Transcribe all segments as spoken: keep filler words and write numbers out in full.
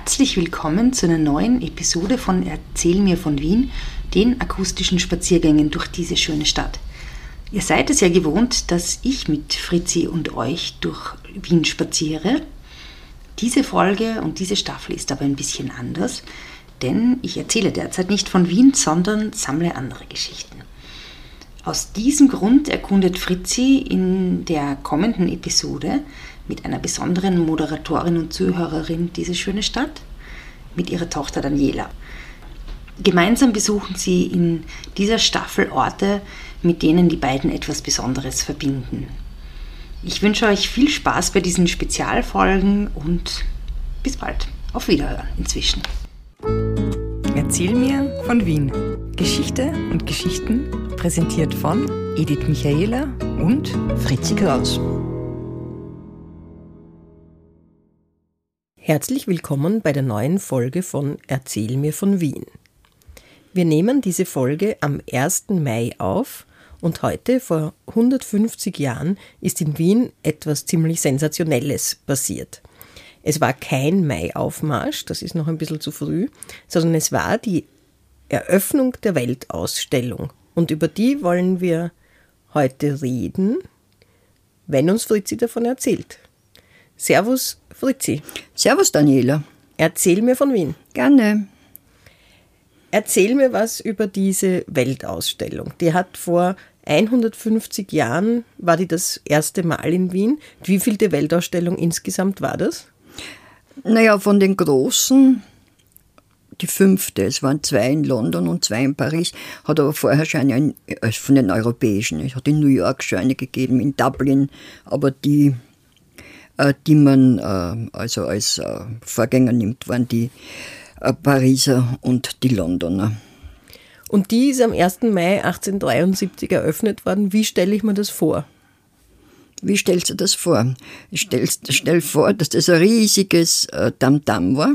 Herzlich willkommen zu einer neuen Episode von Erzähl mir von Wien, den akustischen Spaziergängen durch diese schöne Stadt. Ihr seid es ja gewohnt, dass ich mit Fritzi und euch durch Wien spaziere. Diese Folge und diese Staffel ist aber ein bisschen anders, denn ich erzähle derzeit nicht von Wien, sondern sammle andere Geschichten. Aus diesem Grund erkundet Fritzi in der kommenden Episode mit einer besonderen Moderatorin und Zuhörerin diese schöne Stadt, mit ihrer Tochter Daniela. Gemeinsam besuchen sie in dieser Staffel Orte, mit denen die beiden etwas Besonderes verbinden. Ich wünsche euch viel Spaß bei diesen Spezialfolgen und bis bald. Auf Wiederhören inzwischen. Erzähl mir von Wien. Geschichte und Geschichten präsentiert von Edith Michaela und Fritzi Kraus. Herzlich willkommen bei der neuen Folge von Erzähl mir von Wien. Wir nehmen diese Folge am ersten Mai auf und heute, vor hundertfünfzig Jahren, ist in Wien etwas ziemlich Sensationelles passiert. Es war kein Mai-Aufmarsch, das ist noch ein bisschen zu früh, sondern es war die Eröffnung der Weltausstellung. Und über die wollen wir heute reden, wenn uns Fritzi davon erzählt. Servus, Fritzi. Servus, Daniela. Erzähl mir von Wien. Gerne. Erzähl mir was über diese Weltausstellung. Die hat vor hundertfünfzig Jahren, war die das erste Mal in Wien. Wie viel die Weltausstellung insgesamt war das? Naja, von den großen, die fünfte. Es waren zwei in London und zwei in Paris. Hat aber vorher schon eine, also von den europäischen. Es hat in New York schon eine gegeben, in Dublin. Aber die, äh, die man äh, also als äh, Vorgänger nimmt, waren die äh, Pariser und die Londoner. Und die ist am ersten Mai achtzehnhundertdreiundsiebzig eröffnet worden. Wie stelle ich mir das vor? Wie stellst du das vor? Ich stell, stell vor, dass das ein riesiges äh, Tamtam war.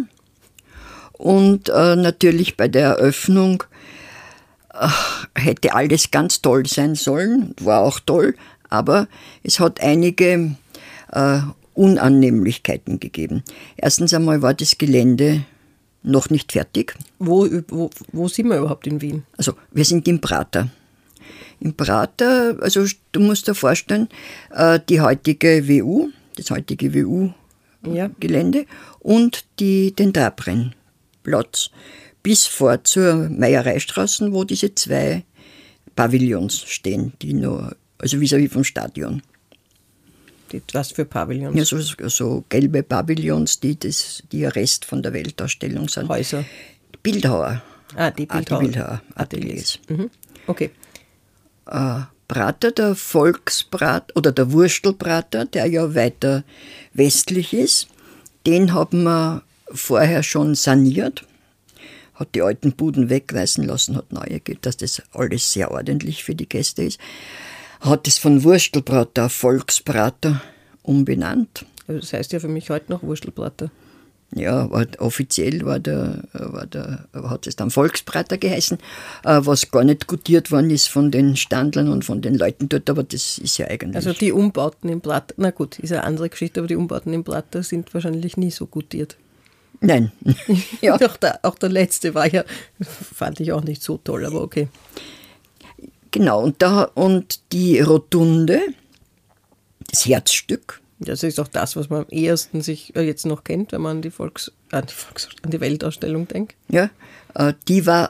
Und äh, natürlich bei der Eröffnung äh, hätte alles ganz toll sein sollen. War auch toll, aber es hat einige äh, Unannehmlichkeiten gegeben. Erstens einmal war das Gelände noch nicht fertig. Wo, wo, wo sind wir überhaupt in Wien? Also wir sind im Prater. Im Prater, also du musst dir vorstellen, die heutige W U, das heutige W U-Gelände ja. und die, den Trabrennplatz bis vor zur Meiereistraße, wo diese zwei Pavillons stehen, die nur, also vis-à-vis vom Stadion. Die, was für Pavillons? Ja, so, so gelbe Pavillons, die, das, die Rest von der Weltausstellung sind. Häuser? Bildhauer. Ah, die Bildhauer. Ah, die Bildhauer Ateliers. Mhm. Okay. Äh, Prater, der Volksprater oder der Wurstelprater, der ja weiter westlich ist, den haben wir vorher schon saniert, hat die alten Buden wegreißen lassen, hat neue gegeben, dass das alles sehr ordentlich für die Gäste ist. Hat es von Wurstelprater auf Volksprater umbenannt. Das heißt ja für mich heute noch Wurstelprater. Ja, war, offiziell war der, war der, hat es dann Volksprater geheißen, was gar nicht gutiert worden ist von den Standlern und von den Leuten dort, aber das ist ja eigentlich... Also die Umbauten im Prater, na gut, ist eine andere Geschichte, aber die Umbauten im Prater sind wahrscheinlich nie so gutiert. Nein. Ja. auch, der, auch der letzte war ja, fand ich auch nicht so toll, aber okay. Genau, und, da, und die Rotunde, das Herzstück. Das ist auch das, was man am ehesten sich jetzt noch kennt, wenn man an die, Volks, an die, Volks, an die Weltausstellung denkt. Ja, die war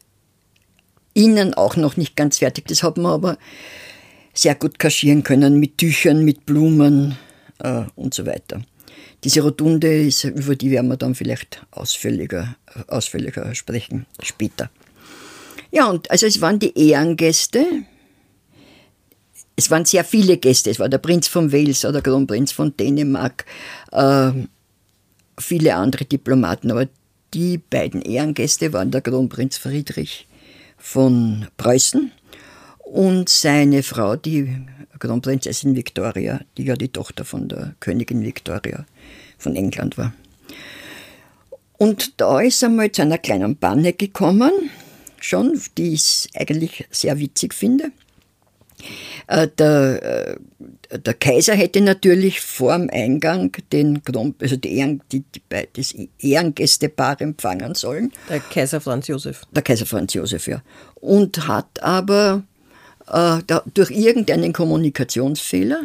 innen auch noch nicht ganz fertig. Das hat man aber sehr gut kaschieren können mit Tüchern, mit Blumen äh, und so weiter. Diese Rotunde, ist, über die werden wir dann vielleicht ausführlicher, ausführlicher sprechen später. Ja, und also es waren die Ehrengäste. Es waren sehr viele Gäste. Es war der Prinz von Wales oder der Kronprinz von Dänemark, äh, viele andere Diplomaten. Aber die beiden Ehrengäste waren der Kronprinz Friedrich von Preußen und seine Frau, die Kronprinzessin Victoria, die ja die Tochter von der Königin Victoria von England war. Und da ist einmal zu einer kleinen Panne gekommen, schon, die ich eigentlich sehr witzig finde. Äh, der, äh, der Kaiser hätte natürlich vor dem Eingang den Kron, also die Ehren, die, die, das Ehrengästepaar empfangen sollen. Der Kaiser Franz Josef. Der Kaiser Franz Josef, ja. Und hat aber äh, da, durch irgendeinen Kommunikationsfehler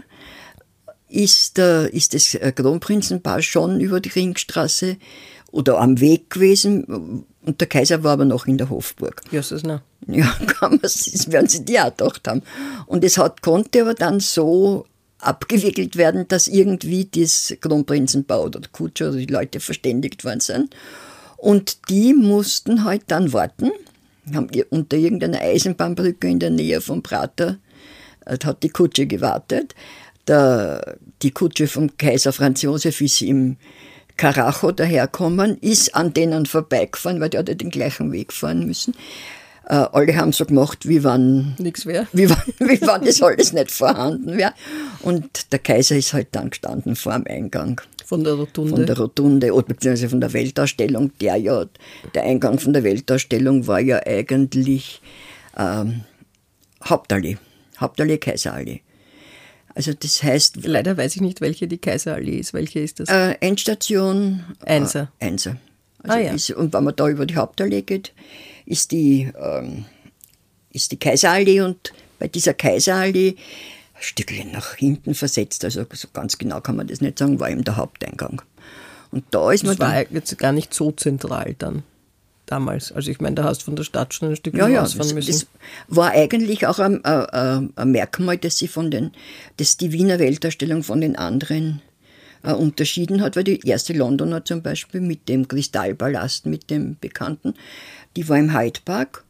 ist, äh, ist das Kronprinzenpaar schon über die Ringstraße oder am Weg gewesen. Und der Kaiser war aber noch in der Hofburg. Jesus, na. Ja, kann man, das werden sie die auch gedacht haben. Und es hat, konnte aber dann so abgewickelt werden, dass irgendwie das Kronprinzenpaar oder der Kutscher oder die Leute verständigt worden sind. Und die mussten halt dann warten, haben unter irgendeiner Eisenbahnbrücke in der Nähe vom Prater, hat die Kutsche gewartet. Der, die Kutsche vom Kaiser Franz Josef ist im Karacho daherkommen, ist an denen vorbeigefahren, weil die hatte den gleichen Weg fahren müssen. Äh, alle haben so gemacht, wie wenn, Nichts wäre. Wie wenn, wie wenn das alles nicht vorhanden wäre. Und der Kaiser ist halt dann gestanden vor dem Eingang. Von der Rotunde. Von der Rotunde, oder beziehungsweise von der Weltausstellung. Der ja, der Eingang von der Weltausstellung war ja eigentlich ähm, Hauptallee. Hauptallee, Kaiserallee. Also das heißt... Leider weiß ich nicht, welche die Kaiserallee ist. Welche ist das? Äh, Endstation... Einser. Äh, Einser. Also ah, ja. ist, und wenn man da über die Hauptallee geht, ist die, ähm, ist die Kaiserallee, und bei dieser Kaiserallee ein Stückchen nach hinten versetzt, also so ganz genau kann man das nicht sagen, war eben der Haupteingang. Und da ist man das war dann, jetzt gar nicht so zentral dann. Damals. Also ich meine, da hast du von der Stadt schon ein Stück ja, ja, rausfahren das, müssen. das war eigentlich auch ein, ein, ein Merkmal, das sie von den, das die Wiener Weltausstellung von den anderen äh, unterschieden hat, weil die erste Londoner zum Beispiel mit dem Kristallpalast, mit dem Bekannten, die war im Hyde Park,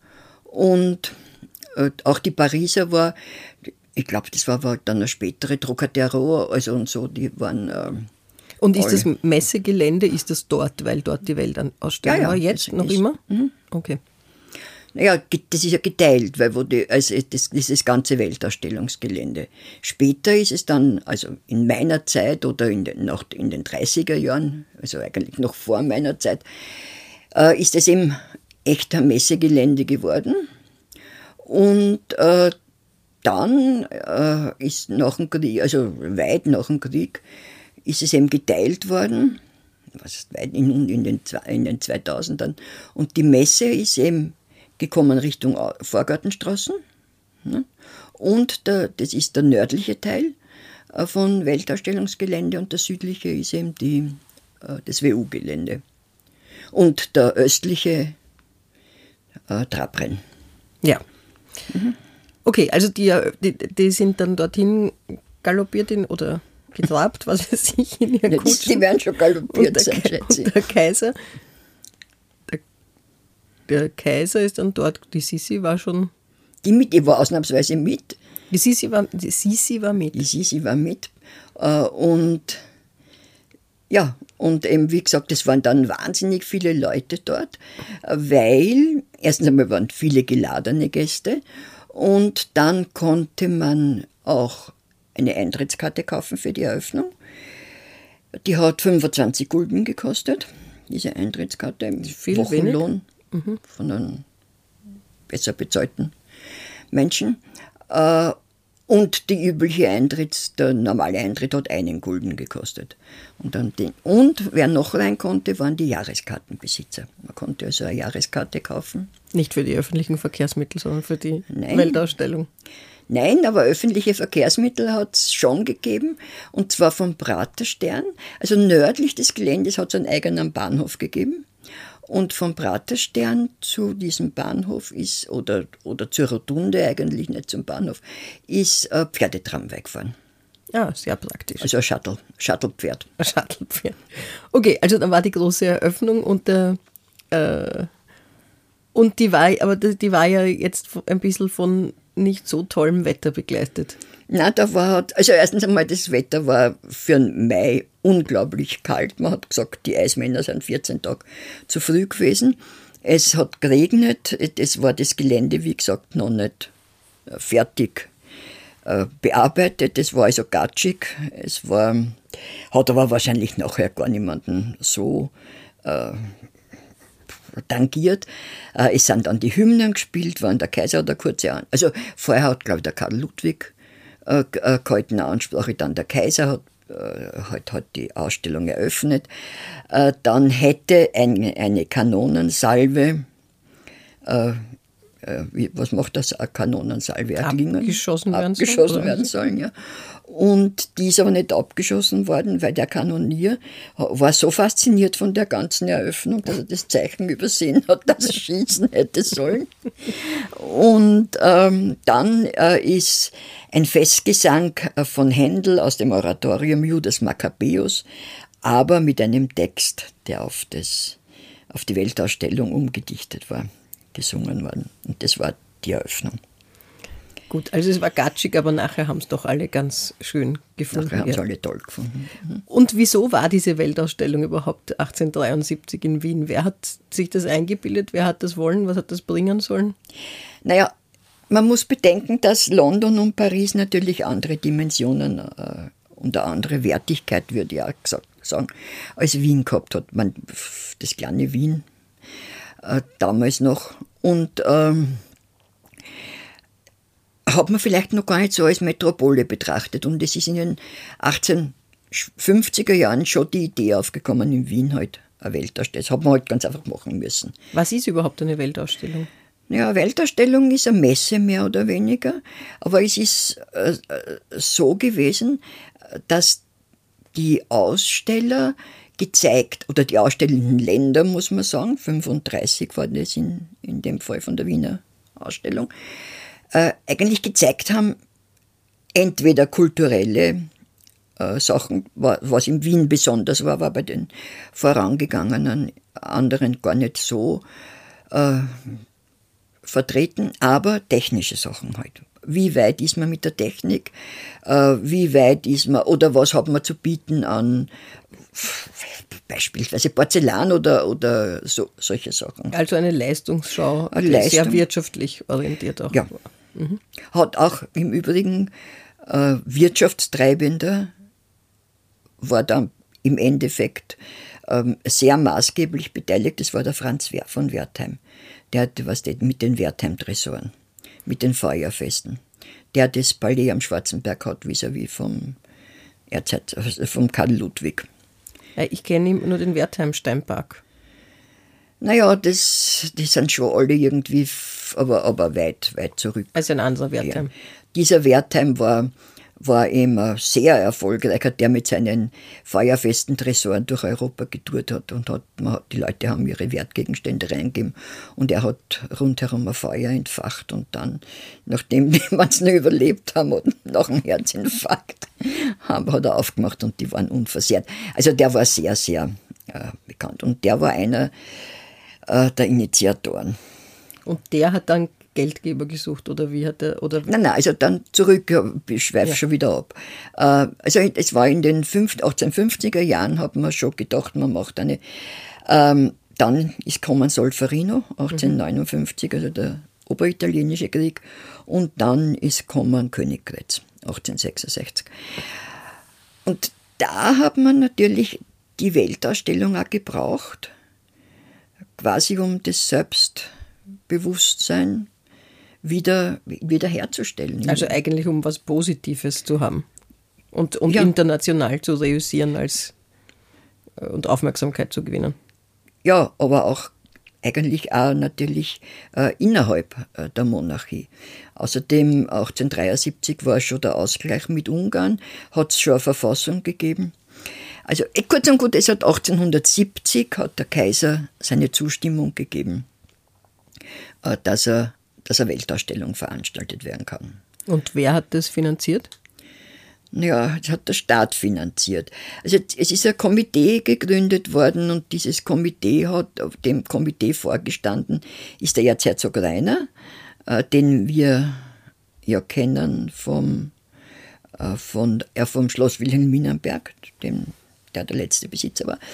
und äh, auch die Pariser war, ich glaube, das war, war dann eine spätere Trocadero, also und so, die waren... Äh, Und ist alle. das Messegelände, ist das dort, weil dort die Weltausstellung Ja, ja, war? Jetzt das noch ist- immer? Mhm. Okay. Naja, das ist ja geteilt, weil wo die, also das, das ist das ganze Weltausstellungsgelände. Später ist es dann, also in meiner Zeit oder in den, noch in den dreißiger Jahren, also eigentlich noch vor meiner Zeit, äh, ist es eben echt ein Messegelände geworden. Und äh, dann äh, ist nach dem Krieg, also weit nach dem Krieg, ist es eben geteilt worden, was ist weit in, in, den, in den zweitausendern. Und die Messe ist eben gekommen Richtung Vorgartenstraßen. Ne? Und der, das ist der nördliche Teil äh, von Weltausstellungsgelände, und der südliche ist eben die, äh, das W U-Gelände. Und der östliche äh, Trabrenn. Ja. Okay, also die, die, die sind dann dorthin galoppiert in, oder getrabt, was weiß ich, in ihren Die Kutschen. werden schon galoppiert Und der, sein, schätze und ich. der Kaiser, der, der Kaiser ist dann dort, die Sisi war schon, Die, mit, die war ausnahmsweise mit. die Sisi war, die Sisi war mit. Die Sisi war mit. Äh, und ja, und eben, wie gesagt, es waren dann wahnsinnig viele Leute dort, äh, weil erstens einmal waren viele geladene Gäste, und dann konnte man auch eine Eintrittskarte kaufen für die Eröffnung. Die hat fünfundzwanzig Gulden gekostet, diese Eintrittskarte, im Viel Wochenlohn von einem besser bezahlten Menschen. Äh, Und die übliche Eintritt, der normale Eintritt hat einen Gulden gekostet. Und, dann den, und wer noch rein konnte, waren die Jahreskartenbesitzer. Man konnte also eine Jahreskarte kaufen. Nicht für die öffentlichen Verkehrsmittel, sondern für die Nein. Weltausstellung. Nein, aber öffentliche Verkehrsmittel hat es schon gegeben, und zwar vom Praterstern. Also nördlich des Geländes hat es einen eigenen Bahnhof gegeben. Und vom Praterstern zu diesem Bahnhof ist, oder, oder zur Rotunde, eigentlich nicht zum Bahnhof, ist ein Pferdetramway gefahren. Ja, sehr praktisch. Also ein Shuttle, Shuttle-Pferd. Ein Shuttle-Pferd. Okay, also dann war die große Eröffnung, und der äh, und die war, aber die, die war ja jetzt ein bisschen von nicht so tollem Wetter begleitet. Na, da war, also erstens einmal, das Wetter war für den Mai unglaublich kalt. Man hat gesagt, die Eismänner sind vierzehn Tage zu früh gewesen. Es hat geregnet, es war das Gelände, wie gesagt, noch nicht fertig äh, bearbeitet. Es war also gatschig. Es war, hat aber wahrscheinlich nachher gar niemanden so äh, tangiert. Äh, es sind dann die Hymnen gespielt worden, der Kaiser hat eine kurze An Also vorher hat, glaube ich, der Karl Ludwig äh, gehalten eine Ansprache, dann der Kaiser hat Heute hat die Ausstellung eröffnet. Dann hätte eine, eine Kanonensalve, äh, wie, was macht das, eine Kanonensalve erklingen? Abgeschossen werden sollen. Abgeschossen werden sollen, ja. Und die ist aber nicht abgeschossen worden, weil der Kanonier war so fasziniert von der ganzen Eröffnung, dass er das Zeichen übersehen hat, dass er schießen hätte sollen. Und ähm, dann äh, ist ein Festgesang von Händel aus dem Oratorium Judas Maccabäus, aber mit einem Text, der auf, das, auf die Weltausstellung umgedichtet war, gesungen worden. Und das war die Eröffnung. Gut, also es war gatschig, aber nachher haben es doch alle ganz schön gefunden. Nachher haben ja. es alle toll gefunden. Mhm. Und wieso war diese Weltausstellung überhaupt achtzehnhundertdreiundsiebzig in Wien? Wer hat sich das eingebildet? Wer hat das wollen? Was hat das bringen sollen? Naja, man muss bedenken, dass London und Paris natürlich andere Dimensionen äh, und eine andere Wertigkeit, würde ich auch gesagt, sagen, als Wien gehabt hat. Man, das kleine Wien äh, damals noch. Und ähm, hat man vielleicht noch gar nicht so als Metropole betrachtet. Und es ist in den achtzehnhundertfünfziger Jahren schon die Idee aufgekommen, in Wien halt eine Weltausstellung. Das hat man halt ganz einfach machen müssen. Was ist überhaupt eine Weltausstellung? Ja, eine Weltausstellung ist eine Messe mehr oder weniger, aber es ist äh, so gewesen, dass die Aussteller gezeigt, oder die ausstellenden Länder, muss man sagen, fünfunddreißig war das in, in dem Fall von der Wiener Ausstellung, äh, eigentlich gezeigt haben, entweder kulturelle äh, Sachen, was in Wien besonders war, war bei den vorangegangenen anderen gar nicht so äh, vertreten, aber technische Sachen halt. Wie weit ist man mit der Technik? Äh, wie weit ist man, oder was hat man zu bieten an beispielsweise Porzellan oder, oder so, solche Sachen. Also eine Leistungsschau, eine die Leistung. Sehr wirtschaftlich orientiert auch ja. war. Mhm. Hat auch im Übrigen äh, wirtschaftstreibender, war dann im Endeffekt ähm, sehr maßgeblich beteiligt, das war der Franz von Wertheim. Der hat was mit den Wertheim-Tresoren, mit den Feuerfesten. Der das Palais am Schwarzenberg hat, vis-à-vis vom, Erzeit, also vom Karl Ludwig. Ich kenne nur den Wertheim-Steinpark. Naja, das, die sind schon alle irgendwie, aber, aber weit, weit zurück. Also ein anderer Wertheim. Ja. Dieser Wertheim war, war eben sehr erfolgreich, der mit seinen feuerfesten Tresoren durch Europa getourt hat und hat, man hat, die Leute haben ihre Wertgegenstände reingegeben und er hat rundherum ein Feuer entfacht und dann, nachdem die es noch überlebt haben und nach einem Herzinfarkt, haben, hat er aufgemacht und die waren unversehrt. Also der war sehr, sehr äh, bekannt und der war einer äh, der Initiatoren. Und der hat dann Geldgeber gesucht oder wie hat er? Oder nein, nein, also dann zurück, ich schweife ja. schon wieder ab. Äh, also es war in den achtzehnhundertfünfziger Jahren, hat man schon gedacht, man macht eine. Ähm, dann ist gekommen Solferino, achtzehnhundertneunundfünfzig, mhm. also der oberitalienische Krieg, und dann ist gekommen Königgrätz, achtzehnhundertsechsundsechzig. Und da hat man natürlich die Weltausstellung auch gebraucht, quasi um das Selbstbewusstsein wieder, wieder herzustellen. Also eigentlich um was Positives zu haben und, und ja. international zu reüssieren als, und Aufmerksamkeit zu gewinnen. Ja, aber auch eigentlich auch natürlich äh, innerhalb äh, der Monarchie. Außerdem achtzehnhundertdreiundsiebzig war schon der Ausgleich mit Ungarn, hat es schon eine Verfassung gegeben. Also kurz und gut, es hat achtzehnhundertsiebzig hat der Kaiser seine Zustimmung gegeben, äh, dass er dass eine Weltausstellung veranstaltet werden kann. Und wer hat das finanziert? Ja, das hat der Staat finanziert. Also es ist ein Komitee gegründet worden und dieses Komitee hat, auf dem Komitee vorgestanden ist der Erzherzog Rainer, äh, den wir ja kennen vom, äh, von, äh, vom Schloss Wilhelminenberg, dem, der der letzte Besitzer war.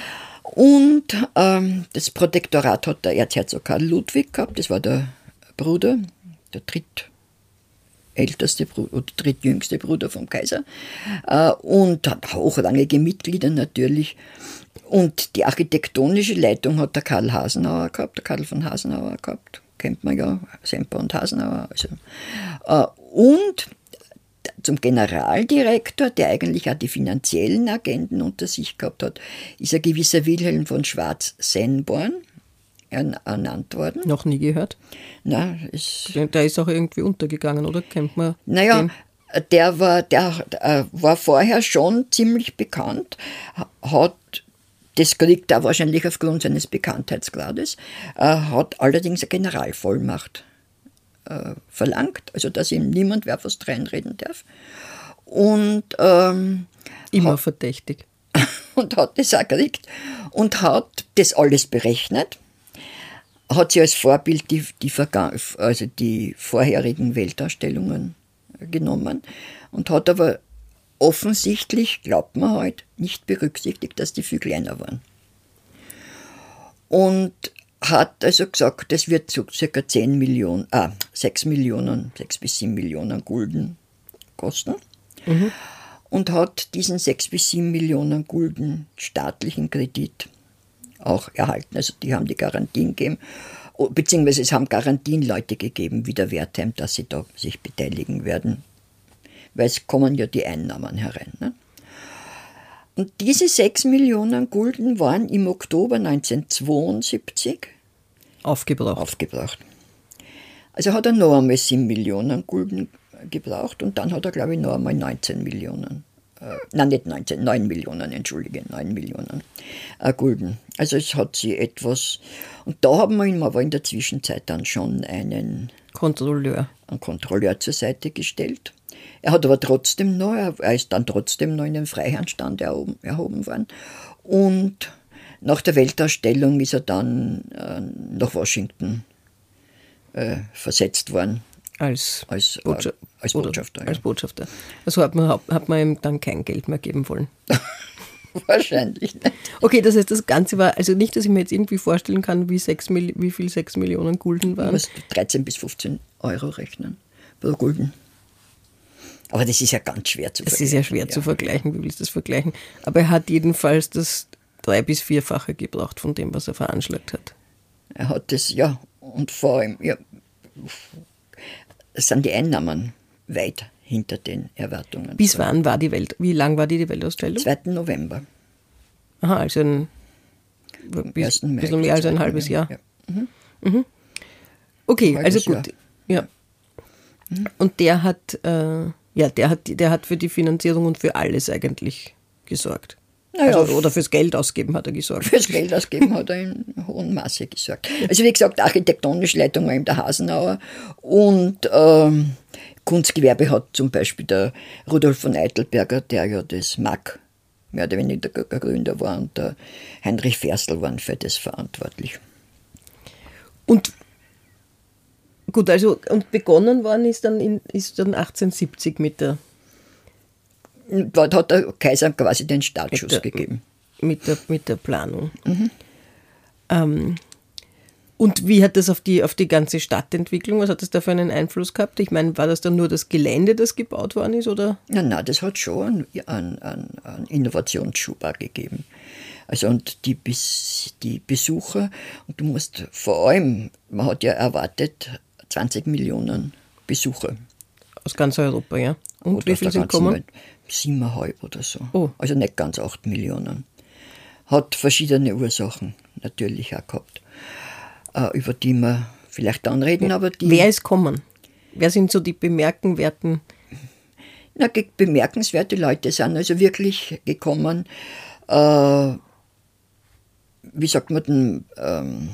Und ähm, das Protektorat hat der Erzherzog Karl Ludwig gehabt, das war der Bruder, der älteste Bruder, oder drittjüngste Bruder vom Kaiser, äh, und hat hochrangige Mitglieder natürlich. Und die architektonische Leitung hat der Karl Hasenauer gehabt, der Karl von Hasenauer gehabt, kennt man ja, Semper und Hasenauer. Also. Äh, und zum Generaldirektor, der eigentlich auch die finanziellen Agenden unter sich gehabt hat, ist ein gewisser Wilhelm von Schwarz-Senborn ernannt worden. Noch nie gehört? Na, es der ist auch irgendwie untergegangen, oder? Kennt man Naja, den? der war, der, der war vorher schon ziemlich bekannt, hat, das kriegt er wahrscheinlich aufgrund seines Bekanntheitsgrades, hat allerdings eine Generalvollmacht äh, verlangt, also dass ihm niemand wer was reinreden darf. Und ähm, immer hat, verdächtig. Und hat das auch gekriegt und hat das alles berechnet, hat sie als Vorbild die, die, also die vorherigen Weltausstellungen genommen und hat aber offensichtlich, glaubt man halt, nicht berücksichtigt, dass die viel kleiner waren. Und hat also gesagt, das wird so circa zehn Millionen, ah, sechs Millionen, sechs bis sieben Millionen Gulden kosten. Mhm. Und hat diesen sechs bis sieben Millionen Gulden staatlichen Kredit auch erhalten. Also die haben die Garantien gegeben, beziehungsweise es haben Garantienleute gegeben, wie der Wertheim, dass sie da sich beteiligen werden, weil es kommen ja die Einnahmen herein. Ne? Und diese sechs Millionen Gulden waren im Oktober neunzehnhundertzweiundsiebzig aufgebraucht. aufgebraucht. Also hat er noch einmal sieben Millionen Gulden gebraucht und dann hat er, glaube ich, noch einmal neunzehn Millionen. Äh, nein, nicht neunzehn, neun Millionen, entschuldige, neun Millionen äh, Gulden. Also es hat sie etwas, und da haben wir ihm aber in der Zwischenzeit dann schon einen Kontrolleur, einen Kontrolleur zur Seite gestellt. Er hat aber trotzdem noch, er ist dann trotzdem noch in den Freiherrnstand erhoben, erhoben worden. Und nach der Weltausstellung ist er dann äh, nach Washington äh, versetzt worden. Als, als, Botscha- äh, als Botschafter. Als Botschafter. Also hat man, hat man ihm dann kein Geld mehr geben wollen. Wahrscheinlich nicht. Okay, das heißt, das Ganze war, also nicht, dass ich mir jetzt irgendwie vorstellen kann, wie, sechs, wie viel sechs Millionen Gulden waren. Du musst dreizehn bis fünfzehn Euro rechnen pro Gulden. Aber das ist ja ganz schwer zu das vergleichen. Das ist ja schwer ja. zu vergleichen, wie willst du das vergleichen? Aber er hat jedenfalls das drei- bis vierfache gebraucht von dem, was er veranschlagt hat. Er hat das, ja, und vor allem, ja, es sind die Einnahmen weit hinter den Erwartungen. Bis wann war die Welt, wie lang war die, die Weltausstellung? zweiten November. Aha, also ein bis, bisschen mehr als ein halbes Jahr. Ja. Mhm. Mhm. Okay, also gut. Jahr. Ja. Mhm. Und der hat, äh, ja, der hat, der hat für die Finanzierung und für alles eigentlich gesorgt. Naja, also, oder fürs Geld ausgeben hat er gesorgt. Fürs Geld ausgeben hat er in hohem Maße gesorgt. Also wie gesagt, architektonische Leitung war ihm der Hasenauer und ähm, Kunstgewerbe hat zum Beispiel der Rudolf von Eitelberger, der ja das M A G mehr oder weniger der Gründer war, und der Heinrich Ferstel waren für das verantwortlich. Und gut, also und begonnen worden ist dann, in, ist dann achtzehnhundertsiebzig mit der Dort hat der Kaiser quasi den Startschuss mit der, gegeben. Mit der, mit der Planung. Mhm. Ähm, und wie hat das auf die, auf die ganze Stadtentwicklung, was hat das da für einen Einfluss gehabt? Ich meine, war das dann nur das Gelände, das gebaut worden ist? Oder? Nein, nein, das hat schon einen, einen, einen Innovationsschub auch gegeben. Also und die, die Besucher, und du musst vor allem, man hat ja erwartet, zwanzig Millionen Besucher. Aus ganz Europa, ja. Und oder wie viele sind gekommen? Welt. Siebeneinhalb oder so. Oh. Also nicht ganz acht Millionen. Hat verschiedene Ursachen natürlich auch gehabt, äh, über die wir vielleicht dann reden. Ja. Aber die, Wer ist gekommen? Wer sind so die bemerkenwerten? Na, bemerkenswerte Leute sind also wirklich gekommen, äh, wie sagt man denn, ähm,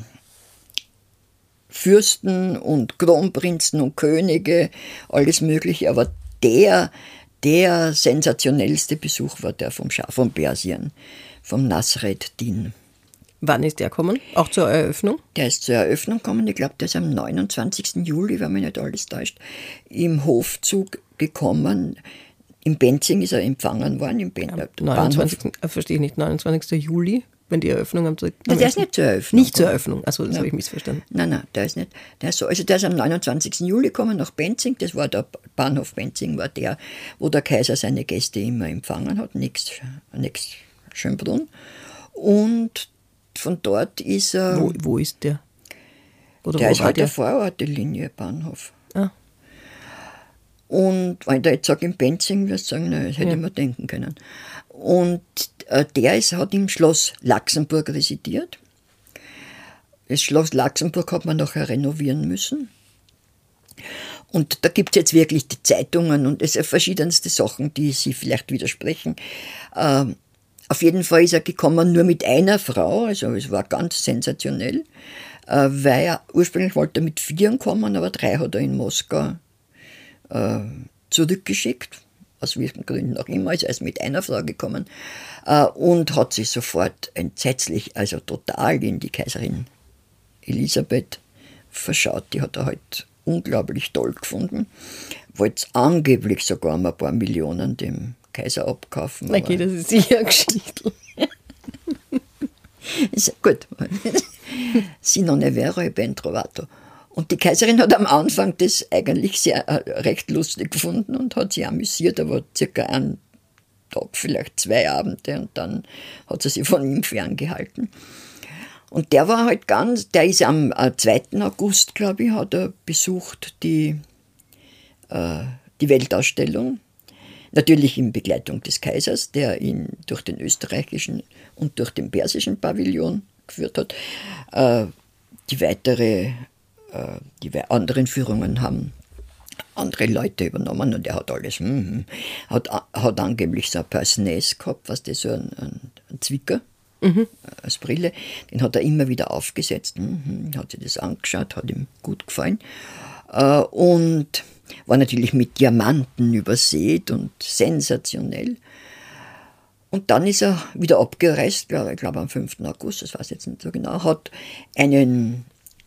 Fürsten und Kronprinzen und Könige, alles Mögliche, aber der, der sensationellste Besuch war der vom Schah von Persien, vom Nasreddin. Wann ist der gekommen? Auch zur Eröffnung? Der ist zur Eröffnung gekommen, ich glaube, der ist am neunundzwanzigsten Juli, wenn mich nicht alles täuscht, im Hofzug gekommen. In Benzing ist er empfangen worden, im ben- ja, neunundzwanzigsten Verstehe ich nicht, neunundzwanzigsten Juli? wenn die Eröffnung am dritten Nein, der ist nicht zur Eröffnung. Nicht zur Eröffnung, also das habe ich missverstanden. Nein, nein, der ist nicht. Der ist so, also der ist am neunundzwanzigsten Juli gekommen nach Benzing, das war der Bahnhof Benzing, war der, wo der Kaiser seine Gäste immer empfangen hat, nächst, nächst Schönbrunn. Und von dort ist er... Wo, wo ist der? Oder der wo ist halt der der Vororte-Linie Bahnhof. Ah. Und wenn ich da jetzt sage, in Benzing, wirst du sagen, nein, das hätte ja. ich mir denken können. Und äh, der ist, hat im Schloss Laxenburg residiert. Das Schloss Laxenburg hat man nachher renovieren müssen. Und da gibt es jetzt wirklich die Zeitungen und es sind verschiedenste Sachen, die sie vielleicht widersprechen. Ähm, auf jeden Fall ist er gekommen nur mit einer Frau, also es war ganz sensationell, äh, weil er ursprünglich wollte mit vier kommen, aber drei hat er in Moskau äh, zurückgeschickt. Aus welchen Gründen auch immer, ist er mit einer Frau gekommen äh, und hat sich sofort entsetzlich, also total in die Kaiserin Elisabeth verschaut. Die hat er halt unglaublich toll gefunden. Wollte angeblich sogar mal ein paar Millionen dem Kaiser abkaufen. Okay, das ist sicher eine Geschichte. Ist gut. Si non è vero è ben trovato. Und die Kaiserin hat am Anfang das eigentlich sehr äh, recht lustig gefunden und hat sich amüsiert, aber circa einen Tag, vielleicht zwei Abende und dann hat sie sich von ihm ferngehalten. Und der war halt ganz, der ist am äh, zweiten August, glaube ich, hat er besucht die, äh, die Weltausstellung. Natürlich in Begleitung des Kaisers, der ihn durch den österreichischen und durch den persischen Pavillon geführt hat. Äh, die weitere Die anderen Führungen haben andere Leute übernommen und er hat alles, mm, hat, hat angeblich so ein Pince-Nez gehabt, was das so ein, ein, ein Zwicker mhm. als Brille, den hat er immer wieder aufgesetzt, mm, hat sich das angeschaut, hat ihm gut gefallen äh, und war natürlich mit Diamanten übersät und sensationell. Und dann ist er wieder abgereist, ich glaube am fünften August, das weiß ich jetzt nicht so genau, hat einen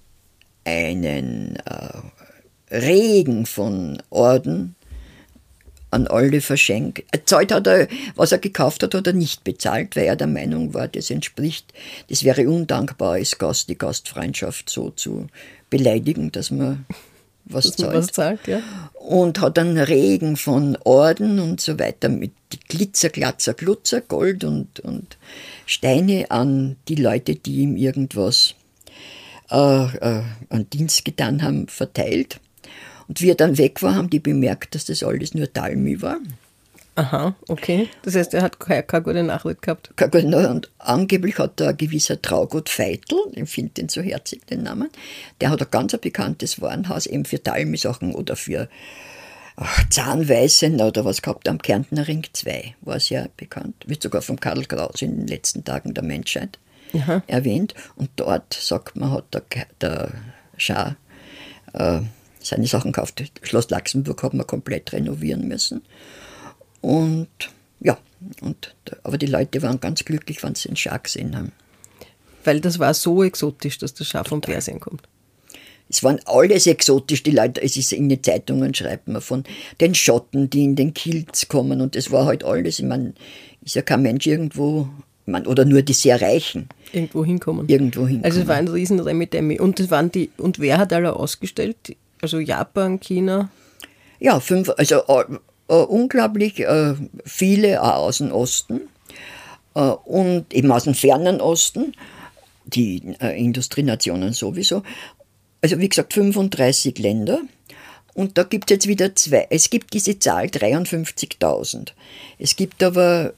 einen äh, Regen von Orden an alle verschenkt. Zahlt hat er, was er gekauft hat, hat er nicht bezahlt, weil er der Meinung war, das entspricht, das wäre undankbar als Gast, die Gastfreundschaft so zu beleidigen, dass man was dass zahlt. Man was zahlt ja. Und hat einen Regen von Orden und so weiter mit Glitzer, Glatzer, Glutzer, Gold und, und Steine an die Leute, die ihm irgendwas Äh, äh, einen Dienst getan haben, verteilt. Und wie er dann weg war, haben die bemerkt, dass das alles nur Talmi war. Aha, okay. Das heißt, er hat keine, keine gute Nachricht gehabt. Keine gute Nachricht. Und angeblich hat da ein gewisser Traugott Veitel, ich finde den so herzig, den Namen, der hat ein ganz bekanntes Warenhaus eben für Talmi-Sachen oder für ach, Zahnweißen oder was gehabt am Kärntner Ring zwei, war sehr bekannt. Wird sogar von Karl Kraus in den letzten Tagen der Menschheit Aha. erwähnt. Und dort, sagt man, hat der, der Schah äh, seine Sachen gekauft. Schloss Laxenburg hat man komplett renovieren müssen. Und ja, und, aber die Leute waren ganz glücklich, wenn sie den Schah gesehen haben. Weil das war so exotisch, dass der Schah von Persien kommt. Es waren alles exotisch, die Leute, es ist in den Zeitungen, schreibt man von den Schotten, die in den Kielz kommen. Und das war halt alles, ich meine, ist ja kein Mensch irgendwo... Man, oder nur die sehr Reichen. Irgendwo hinkommen. Irgendwo hinkommen. Also es war ein riesen Remi-Demi. Und, das waren die, und wer hat alle ausgestellt? Also Japan, China? Ja, fünf, also äh, äh, unglaublich äh, viele auch aus dem Osten äh, und eben aus dem fernen Osten, die äh, Industrienationen sowieso. Also wie gesagt, fünfunddreißig Länder. Und da gibt es jetzt wieder zwei. Es gibt diese Zahl dreiundfünfzigtausend. Es gibt aber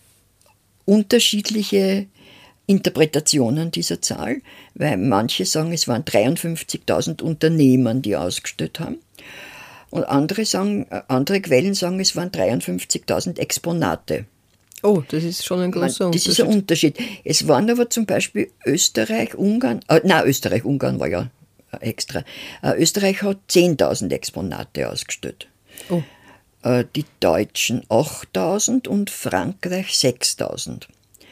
unterschiedliche Interpretationen dieser Zahl, weil manche sagen, es waren dreiundfünfzigtausend Unternehmen, die ausgestellt haben. Und andere, sagen, andere Quellen sagen, es waren dreiundfünfzigtausend Exponate. Oh, das ist schon ein großer das Unterschied. Das ist ein Unterschied. Es waren aber zum Beispiel Österreich, Ungarn, äh, nein, Österreich, Ungarn war ja extra. Äh, Österreich hat zehntausend Exponate ausgestellt. Oh. Die Deutschen achttausend und Frankreich sechstausend.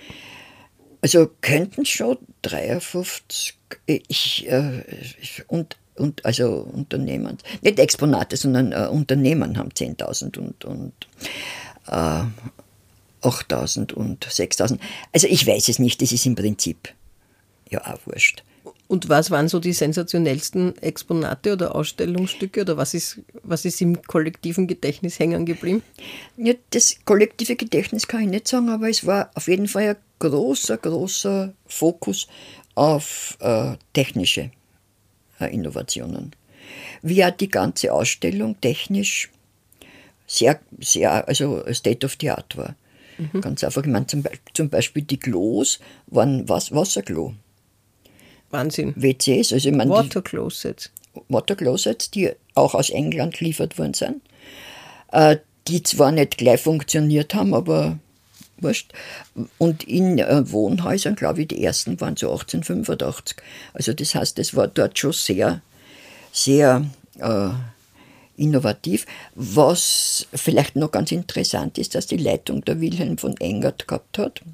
Also könnten schon dreiundfünfzig ich, äh, und, und, also Unternehmen, nicht Exponate, sondern äh, Unternehmen haben zehntausend und, und äh, achttausend und sechstausend. Also ich weiß es nicht, das ist im Prinzip ja auch wurscht. Und was waren so die sensationellsten Exponate oder Ausstellungsstücke oder was ist, was ist im kollektiven Gedächtnis hängen geblieben? Ja, das kollektive Gedächtnis kann ich nicht sagen, aber es war auf jeden Fall ein großer, großer Fokus auf äh, technische äh, Innovationen. Wie auch die ganze Ausstellung technisch sehr, sehr, also State of the Art war. Mhm. Ganz einfach, ich meine, zum, zum Beispiel die Klos waren was, Wasserklo. Wahnsinn. W Cs, also ich meine, Waterclosets. Waterclosets, die auch aus England geliefert worden sind, äh, die zwar nicht gleich funktioniert haben, aber wurscht. Und in äh, Wohnhäusern, glaube ich, die ersten waren so achtzehnhundertfünfundachtzig. Also das heißt, es war dort schon sehr, sehr äh, innovativ. Was vielleicht noch ganz interessant ist, dass die Leitung der Wilhelm von Engert gehabt hat.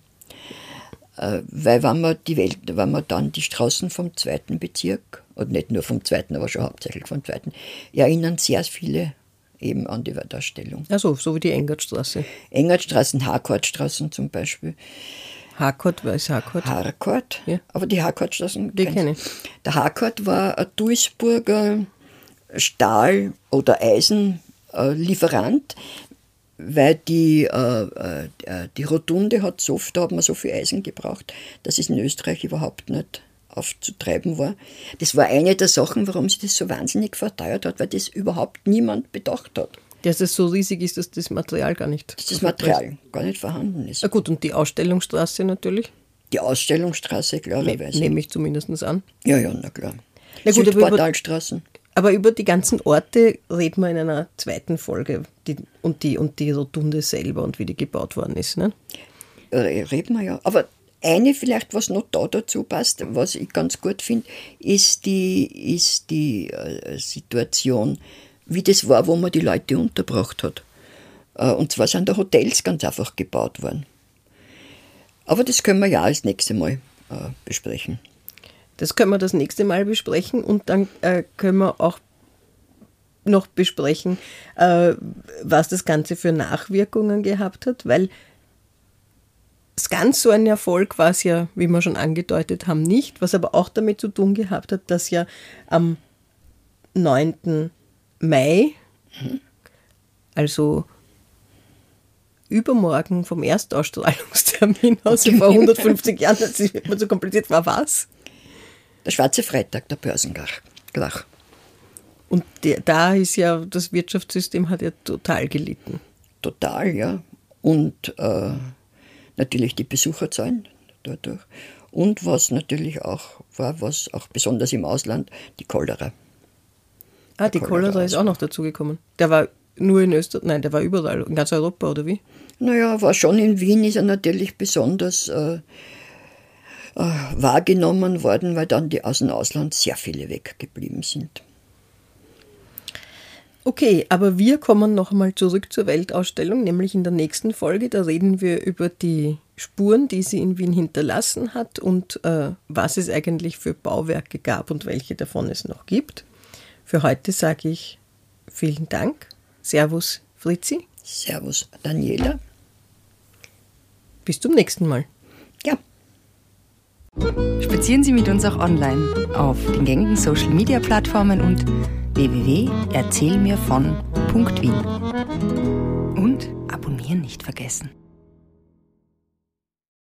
Weil wenn man, die Welt, wenn man dann die Straßen vom zweiten Bezirk, und nicht nur vom zweiten, aber schon hauptsächlich vom zweiten, erinnern sehr viele eben an die Darstellung. Also so wie die Engertstraße. Engertstraßen, Harkortstraßen zum Beispiel. Harkort, wer ist Harkort? Harkort, ja. Aber die Harkortstraßen. Die kenne ich. Der Harkort war ein Duisburger Stahl- oder Eisenlieferant, weil die, äh, äh, die Rotunde hat so, da hat man so viel Eisen gebraucht, dass es in Österreich überhaupt nicht aufzutreiben war. Das war eine der Sachen, warum sich das so wahnsinnig verteuert hat, weil das überhaupt niemand bedacht hat. Dass es so riesig ist, dass das Material gar nicht... Dass das Material gar nicht vorhanden ist. Na gut, und die Ausstellungsstraße natürlich? Die Ausstellungsstraße, klarerweise. Nehme ich zumindest an. Ja, ja, na klar. Na gut, Südportalstraßen. Aber über die ganzen Orte reden wir in einer zweiten Folge die, und, die, und die Rotunde selber und wie die gebaut worden ist. Ne? Reden wir ja. Aber eine vielleicht, was noch da dazu passt, was ich ganz gut finde, ist die, ist die äh, Situation, wie das war, wo man die Leute untergebracht hat. Äh, und zwar sind da Hotels ganz einfach gebaut worden. Aber das können wir ja als nächstes Mal äh, besprechen. Das können wir das nächste Mal besprechen und dann äh, können wir auch noch besprechen, äh, was das Ganze für Nachwirkungen gehabt hat, weil es ganz so ein Erfolg war es ja, wie wir schon angedeutet haben, nicht, was aber auch damit zu tun gehabt hat, dass ja am neunten Mai, also übermorgen vom Erstausstrahlungstermin aus, vor hundertfünfzig Jahren, das ist immer so kompliziert, war was? Der Schwarze Freitag, der Börsenkrach. Und der, da ist ja, das Wirtschaftssystem hat ja total gelitten. Total, ja. Und äh, natürlich die Besucherzahlen dadurch. Und was natürlich auch war, was auch besonders im Ausland, die Cholera. Ah, die Cholera, Cholera ist auch noch dazugekommen. Der war nur in Österreich, nein, der war überall, in ganz Europa, oder wie? Naja, war schon in Wien, ist er natürlich besonders äh, äh, wahrgenommen worden, weil dann die aus dem Ausland sehr viele weggeblieben sind. Okay, aber wir kommen noch einmal zurück zur Weltausstellung, nämlich in der nächsten Folge. Da reden wir über die Spuren, die sie in Wien hinterlassen hat und äh, was es eigentlich für Bauwerke gab und welche davon es noch gibt. Für heute sage ich vielen Dank. Servus, Fritzi. Servus, Daniela. Bis zum nächsten Mal. Ja. Spazieren Sie mit uns auch online auf den gängigen Social-Media-Plattformen und w w w punkt erzählmirvon punkt wien. Und abonnieren nicht vergessen.